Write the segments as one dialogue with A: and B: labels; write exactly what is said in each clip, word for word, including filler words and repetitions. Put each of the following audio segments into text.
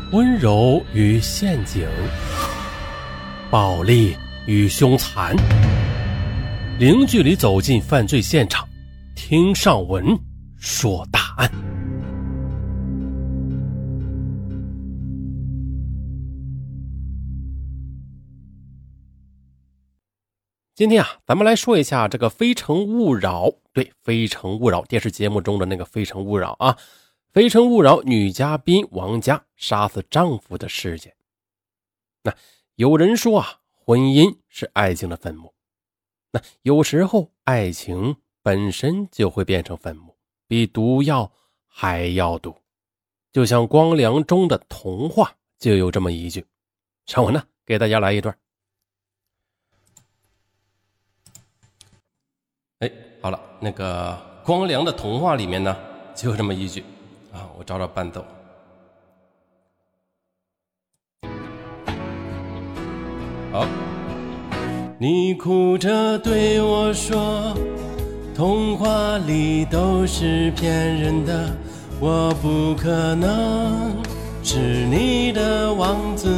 A: 温柔与陷阱，暴力与凶残，零距离走进犯罪现场，听上文说大案。今天啊，咱们来说一下这个《非诚勿扰》，对，《非诚勿扰》电视节目中的那个《非诚勿扰》啊，《非诚勿扰》女嘉宾王佳杀死丈夫的事件。那有人说啊，婚姻是爱情的坟墓。那有时候爱情本身就会变成坟墓，比毒药还要毒。就像光良中的童话就有这么一句，让我呢给大家来一段。哎，好了，那个光良的童话里面呢就有这么一句啊，我找找伴奏。好，你哭着对我说，童话里都是骗人的，我不可能是你的王子，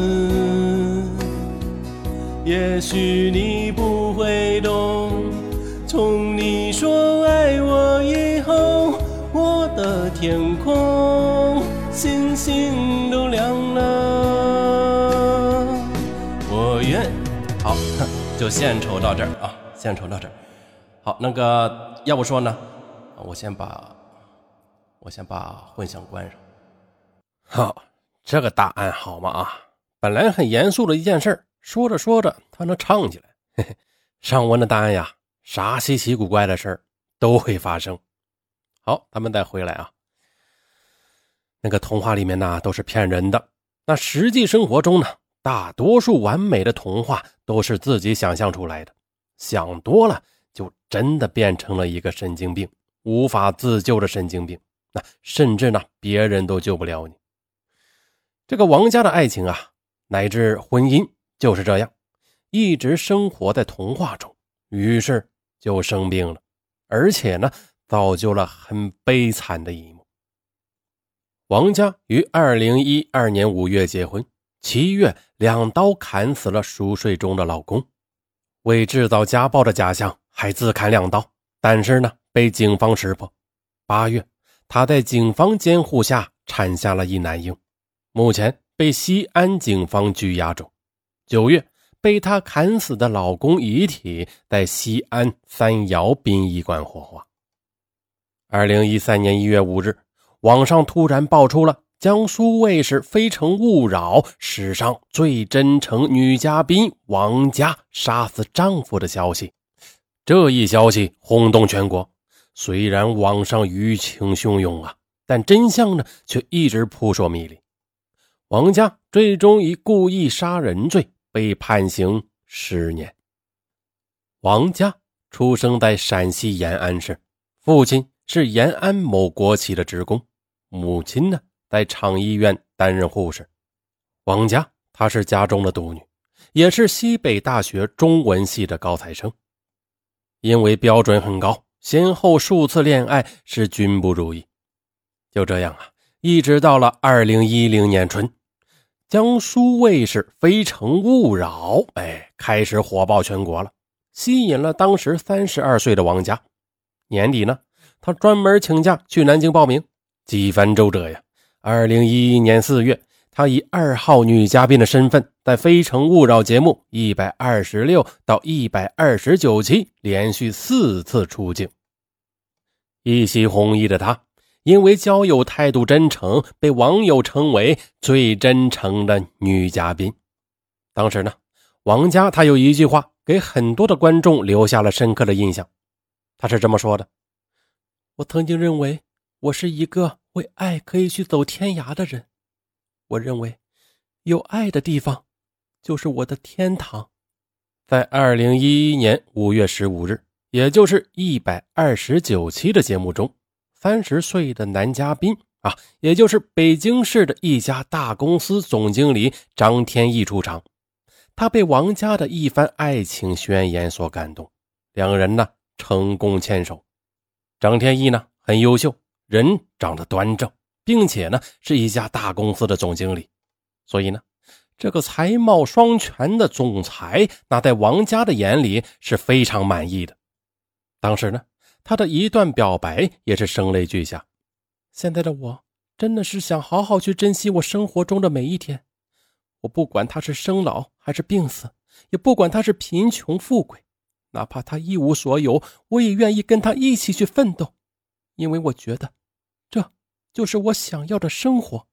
A: 也许你不会懂，从你说爱我以后，我的天空星星都亮了，我愿好，就献丑到这儿啊，献丑到这儿。好，那个要不说呢，我先把我先把混响关上。好，这个大案好吗啊？本来很严肃的一件事，说着说着他能唱起来。嘿嘿，上文的大案呀，啥稀奇古怪的事都会发生。好，咱们再回来啊。那个童话里面呢都是骗人的，那实际生活中呢，大多数完美的童话都是自己想象出来的，想多了就真的变成了一个神经病，无法自救的神经病，那甚至呢别人都救不了你。这个王家的爱情啊，乃至婚姻就是这样，一直生活在童话中，于是就生病了，而且呢造就了很悲惨的一幕。王家于二零一二年五月结婚，七月两刀砍死了熟睡中的老公，为制造家暴的假象还自砍两刀，但是呢被警方识破。八月她在警方监护下产下了一男婴，目前被西安警方拘押中。九月被她砍死的老公遗体在西安三窑殡仪馆火化。二零一三年一月五日，网上突然爆出了江苏卫视《非诚勿扰》史上最真诚女嘉宾王佳杀死丈夫的消息。这一消息轰动全国，虽然网上舆情汹涌啊，但真相呢却一直扑朔迷离。王佳最终以故意杀人罪被判刑十年。王佳出生在陕西延安市，父亲是延安某国企的职工，母亲呢在厂医院担任护士。王佳她是家中的独女，也是西北大学中文系的高材生。因为标准很高，先后数次恋爱是均不如意。就这样啊，一直到了二零一零年春，江苏卫视《非诚勿扰》哎开始火爆全国了，吸引了当时三十二岁的王佳。年底呢，他专门请假去南京报名，几番周折呀。二零一一年四月，他以二号女嘉宾的身份，在《非诚勿扰》节目一百二十六到一百二十九期连续四次出镜。一袭红衣的他，因为交友态度真诚，被网友称为最真诚的女嘉宾。当时呢，王佳她有一句话给很多的观众留下了深刻的印象。她是这么说的：我曾经认为我是一个为爱可以去走天涯的人，我认为有爱的地方就是我的天堂。在二零一一年五月十五日，也就是一百二十九期的节目中，三十岁的男嘉宾啊，也就是北京市的一家大公司总经理张天翼出场。他被王佳的一番爱情宣言所感动，两人呢成功牵手。张天翼呢很优秀，人长得端正，并且呢是一家大公司的总经理。 所以呢，这个才貌双全的总裁，那在王家的眼里是非常满意的。当时呢，他的一段表白也是声泪俱下。现在的我真的是想好好去珍惜我生活中的每一天，我不管他是生老还是病死，也不管他是贫穷富贵，哪怕他一无所有，我也愿意跟他一起去奋斗，因为我觉得这就是我想要的生活。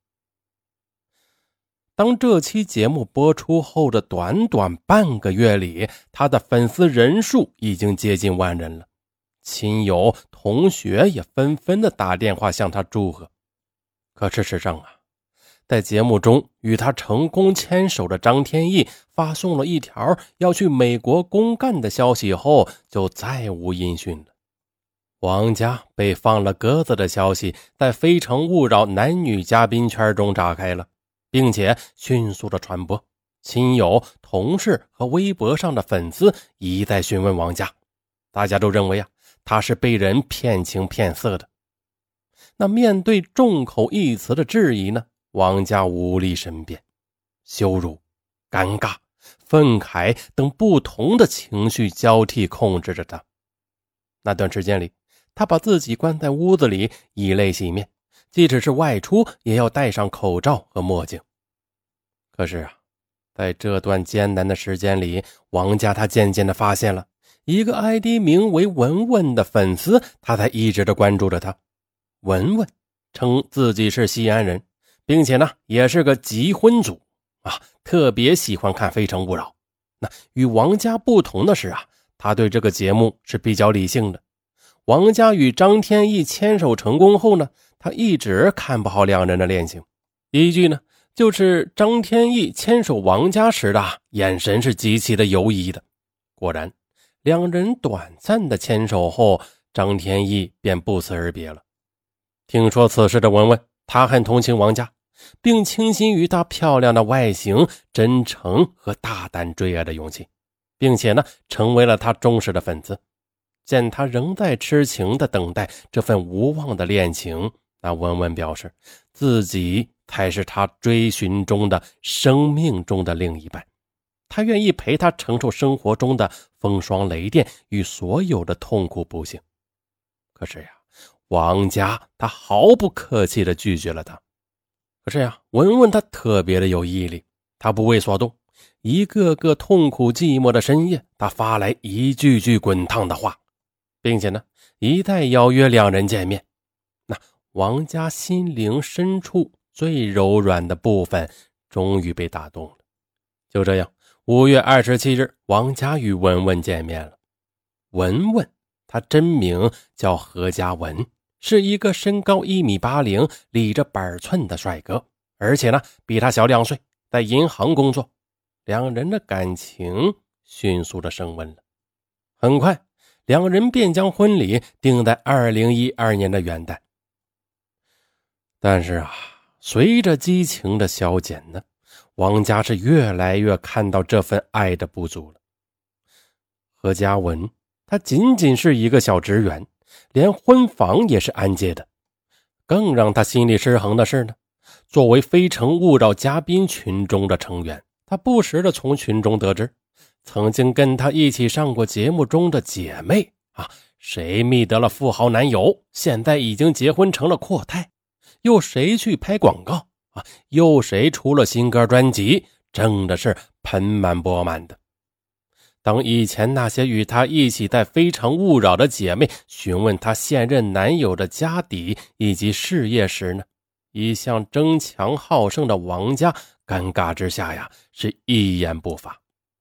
A: 当这期节目播出后的短短半个月里，他的粉丝人数已经接近万人了，亲友同学也纷纷的打电话向他祝贺。可事实上啊，在节目中与他成功牵手的张天翼发送了一条要去美国公干的消息后，就再无音讯了。王家被放了鸽子的消息在非诚勿扰男女嘉宾圈中炸开了，并且迅速的传播，亲友、同事和微博上的粉丝一再询问王家，大家都认为啊，他是被人骗情骗色的。那面对众口一词的质疑呢，王家无力申辩，羞辱、尴尬、愤慨等不同的情绪交替控制着他。那段时间里，他把自己关在屋子里，以泪洗面，即使是外出也要戴上口罩和墨镜。可是啊，在这段艰难的时间里，王家他渐渐地发现了一个 I D 名为文文的粉丝，他才一直的关注着他。文文称自己是西安人，并且呢也是个极婚族啊，特别喜欢看非诚勿扰。那与王家不同的是啊，他对这个节目是比较理性的。王家与张天翼牵手成功后呢，他一直看不好两人的恋情。依据呢就是张天翼牵手王家时的眼神是极其的犹疑的。果然，两人短暂的牵手后，张天翼便不辞而别了。听说此事的文文，他很同情王家，并倾心于她漂亮的外形、真诚和大胆追爱的勇气，并且呢成为了他忠实的粉丝。见他仍在痴情地等待这份无望的恋情，那文文表示自己才是他追寻中的生命中的另一半，他愿意陪他承受生活中的风霜雷电与所有的痛苦不幸。可是呀，王家他毫不客气地拒绝了他。可是呀，文文他特别的有毅力，他不为所动，一个个痛苦寂寞的深夜，他发来一句句滚烫的话，并且呢一再邀约两人见面。那王家心灵深处最柔软的部分终于被打动了。就这样，五月二十七日，王家与文文见面了。文文他真名叫何家文，是一个身高一米八零、理着板寸的帅哥，而且呢比他小两岁，在银行工作。两人的感情迅速的升温了。很快，两人便将婚礼定在二零一二年的元旦。但是啊，随着激情的消减呢，王家是越来越看到这份爱的不足了。何家文他仅仅是一个小职员，连婚房也是安接的。更让他心里失衡的是呢，作为非诚勿扰嘉宾群中的成员，他不时的从群中得知，曾经跟他一起上过节目中的姐妹啊，谁觅得了富豪男友，现在已经结婚成了阔太，又谁去拍广告啊，又谁出了新歌专辑，挣的是盆满钵满的。当以前那些与他一起在非诚勿扰的姐妹询问他现任男友的家底以及事业时呢，一向争强好胜的王家尴尬之下呀，是一言不发。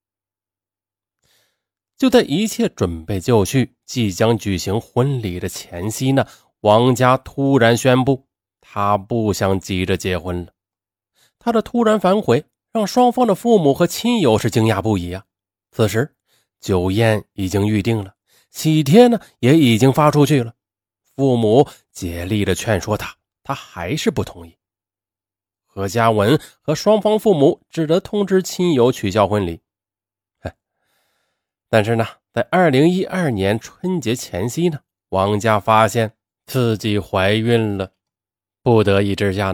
A: 就在一切准备就绪，即将举行婚礼的前夕呢，王家突然宣布他不想急着结婚了。他的突然反悔让双方的父母和亲友是惊讶不已啊。此时酒宴已经预定了，喜帖呢也已经发出去了，父母竭力的劝说他，他还是不同意。何家文和双方父母只得通知亲友取消婚礼。但是呢，在二零一二年春节前夕呢，王家发现自己怀孕了。不得已之下呢，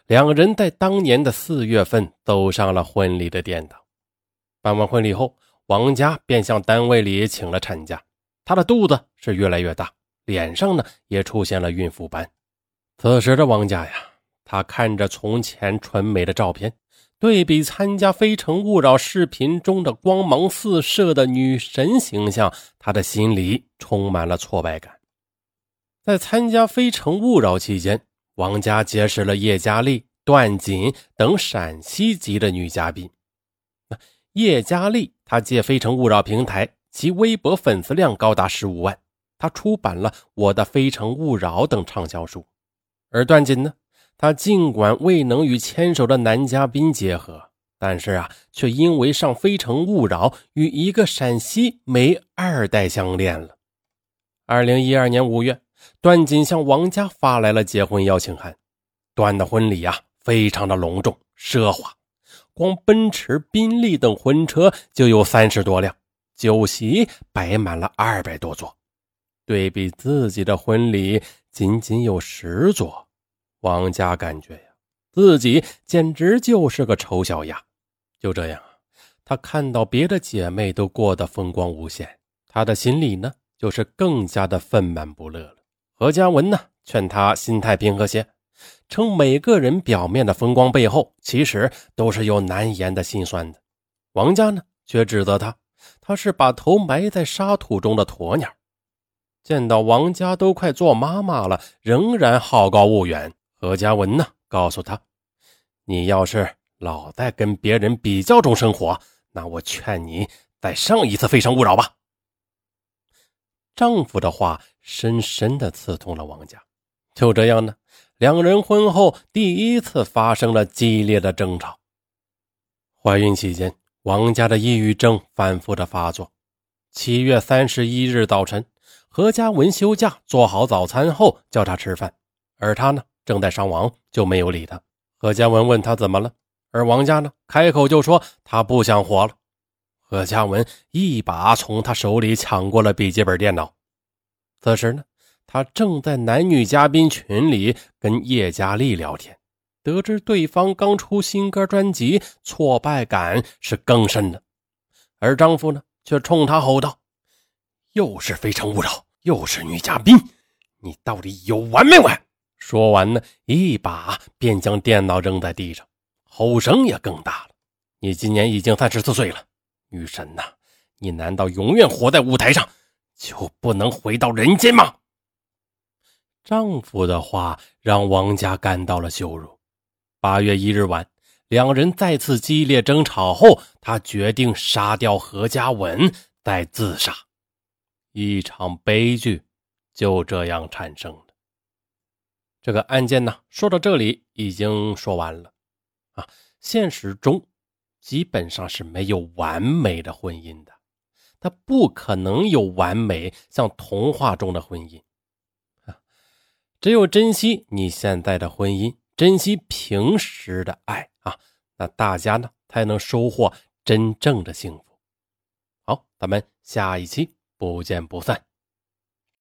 A: 两人在当年的四月份走上了婚礼的殿堂。办完婚礼后，王家便向单位里请了产假，她的肚子是越来越大，脸上呢也出现了孕妇斑。此时的王家呀，他看着从前纯美的照片，对比参加《非诚勿扰》视频中的光芒四射的女神形象，他的心里充满了挫败感。在参加《非诚勿扰》期间，王家结识了叶佳丽、段锦等陕西籍的女嘉宾。叶佳丽她借《非诚勿扰》平台，其微博粉丝量高达十五万，她出版了《我的非诚勿扰》等畅销书。而段锦呢，他尽管未能与牵手的男嘉宾结合，但是啊，却因为上《非诚勿扰》与一个陕西煤二代相恋了。二零一二年五月，段锦向王家发来了结婚邀请函。段的婚礼啊，非常的隆重奢华，光奔驰、宾利等婚车就有三十多辆，酒席摆满了二百多座。对比自己的婚礼仅仅有十座，王家感觉呀，自己简直就是个丑小鸭。就这样，他看到别的姐妹都过得风光无限，他的心里呢，就是更加的愤懑不乐了。何嘉文呢，劝他心态平和些，称每个人表面的风光背后，其实都是有难言的心酸的。王家呢，却指责他，他是把头埋在沙土中的鸵鸟。见到王家都快做妈妈了，仍然好高骛远，何嘉文呢，告诉他，你要是老在跟别人比较中生活，那我劝你再上一次《非诚勿扰》吧。丈夫的话深深地刺痛了王家。就这样呢，两人婚后第一次发生了激烈的争吵。怀孕期间，王家的抑郁症反复的发作。七月三十一日早晨，何嘉文休假做好早餐后叫他吃饭，而他呢正在上网，就没有理他。何嘉文问他怎么了，而王家呢开口就说他不想活了。何嘉文一把从他手里抢过了笔记本电脑。此时呢，他正在男女嘉宾群里跟叶佳丽聊天，得知对方刚出新歌专辑，挫败感是更深的。而丈夫呢却冲他吼道，又是《非诚勿扰》，又是女嘉宾，你到底有完没完？说完呢，一把便将电脑扔在地上，吼声也更大了。你今年已经三十四岁了，女神呐、啊，你难道永远活在舞台上，就不能回到人间吗？丈夫的话让王家感到了羞辱。八月一日晚，两人再次激烈争吵后，他决定杀掉何嘉文，再自杀。一场悲剧就这样产生了。这个案件呢，说到这里已经说完了啊。现实中基本上是没有完美的婚姻的，它不可能有完美像童话中的婚姻啊。只有珍惜你现在的婚姻，珍惜平时的爱啊，那大家呢才能收获真正的幸福。好，咱们下一期不见不散。